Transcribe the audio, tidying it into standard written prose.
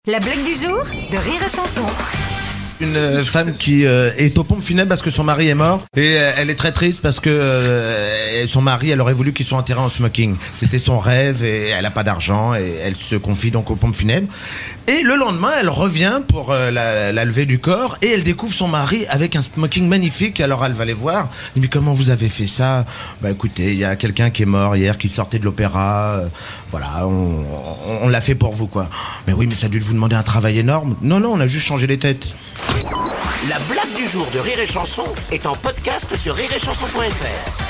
La blague du jour de Rire et Chanson. Une femme qui est aux pompes funèbres parce que son mari est mort et elle est très triste parce que son mari, elle aurait voulu qu'il soit enterré en smoking. C'était son rêve et elle a pas d'argent et elle se confie donc aux pompes funèbres. Et le lendemain, elle revient pour la levée du corps et elle découvre son mari avec un smoking magnifique. Alors elle va les voir. Elle dit, mais comment vous avez fait ça? Bah écoutez, il y a quelqu'un qui est mort hier, qui sortait de l'opéra. Voilà, on l'a fait pour vous quoi. Mais oui, mais ça a dû vous demander un travail énorme. Non, on a juste changé les têtes. La blague du jour de Rire et Chanson est en podcast sur rireetchanson.fr.